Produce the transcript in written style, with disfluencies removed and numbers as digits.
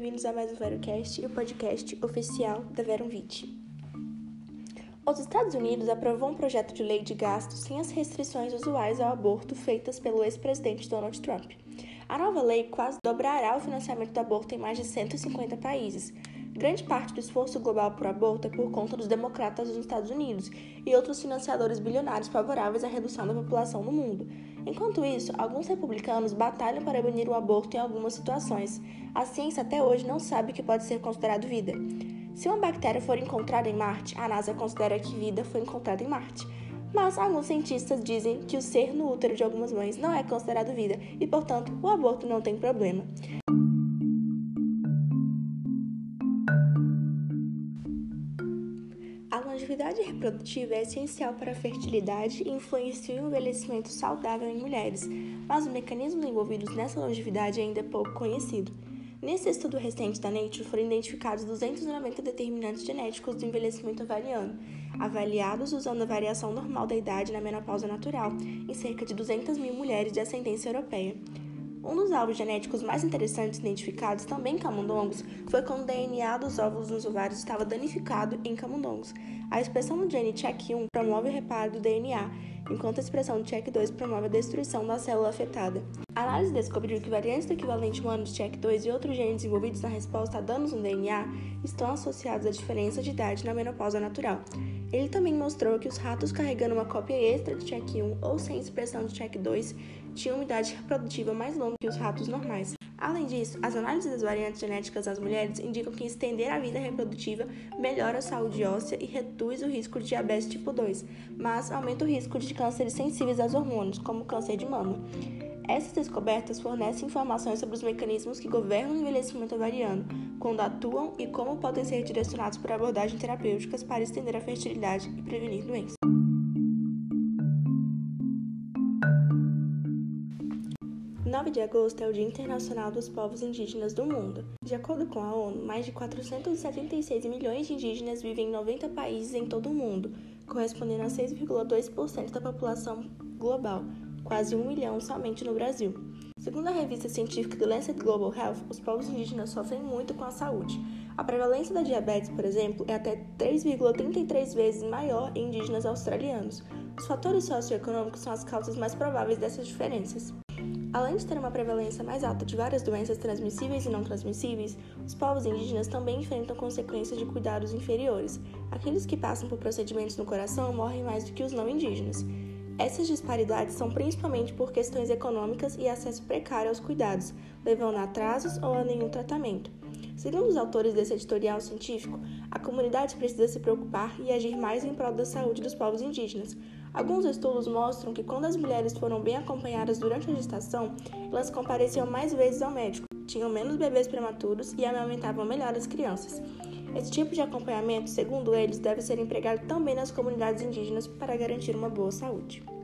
bem-vindos a mais um VeroCast, o podcast oficial da Veronvite. Os Estados Unidos aprovou um projeto de lei de gastos sem as restrições usuais ao aborto feitas pelo ex-presidente Donald Trump. A nova lei quase dobrará o financiamento do aborto em mais de 150 países. Grande parte do esforço global por aborto é por conta dos democratas dos Estados Unidos e outros financiadores bilionários favoráveis à redução da população no mundo. Enquanto isso, alguns republicanos batalham para banir o aborto em algumas situações. A ciência até hoje não sabe o que pode ser considerado vida. Se uma bactéria for encontrada em Marte, a NASA considera que vida foi encontrada em Marte. Mas alguns cientistas dizem que o ser no útero de algumas mães não é considerado vida e, portanto, o aborto não tem problema. A longevidade reprodutiva é essencial para a fertilidade e influencia o envelhecimento saudável em mulheres, mas os mecanismos envolvidos nessa longevidade ainda é pouco conhecido. Nesse estudo recente da Nature, foram identificados 290 determinantes genéticos do envelhecimento ovariano, avaliados usando a variação normal da idade na menopausa natural, em cerca de 200 mil mulheres de ascendência europeia. Um dos alvos genéticos mais interessantes identificados também em camundongos foi quando o DNA dos óvulos nos ovários estava danificado em camundongos. A expressão do gene CHEK1 promove o reparo do DNA, enquanto a expressão do CHEK2 promove a destruição da célula afetada. A análise descobriu que variantes do equivalente humano de CHEK2 e outros genes envolvidos na resposta a danos no DNA estão associados à diferença de idade na menopausa natural. Ele também mostrou que os ratos carregando uma cópia extra de CHEK1 ou sem expressão de CHEK2 tinham uma idade reprodutiva mais longa que os ratos normais. Além disso, as análises das variantes genéticas nas mulheres indicam que estender a vida reprodutiva melhora a saúde óssea e reduz o risco de diabetes tipo 2, mas aumenta o risco de cânceres sensíveis aos hormônios, como o câncer de mama. Essas descobertas fornecem informações sobre os mecanismos que governam o envelhecimento ovariano, quando atuam e como podem ser direcionados por abordagens terapêuticas para estender a fertilidade e prevenir doenças. 9 de agosto é o Dia Internacional dos Povos Indígenas do Mundo. De acordo com a ONU, mais de 476 milhões de indígenas vivem em 90 países em todo o mundo, correspondendo a 6,2% da população global, quase 1 milhão somente no Brasil. Segundo a revista científica The Lancet Global Health, os povos indígenas sofrem muito com a saúde. A prevalência da diabetes, por exemplo, é até 3,33 vezes maior em indígenas australianos. Os fatores socioeconômicos são as causas mais prováveis dessas diferenças. Além de ter uma prevalência mais alta de várias doenças transmissíveis e não transmissíveis, os povos indígenas também enfrentam consequências de cuidados inferiores. Aqueles que passam por procedimentos no coração morrem mais do que os não indígenas. Essas disparidades são principalmente por questões econômicas e acesso precário aos cuidados, levando a atrasos ou a nenhum tratamento. Segundo os autores desse editorial científico, a comunidade precisa se preocupar e agir mais em prol da saúde dos povos indígenas. Alguns estudos mostram que quando as mulheres foram bem acompanhadas durante a gestação, elas compareciam mais vezes ao médico, tinham menos bebês prematuros e amamentavam melhor as crianças. Esse tipo de acompanhamento, segundo eles, deve ser empregado também nas comunidades indígenas para garantir uma boa saúde.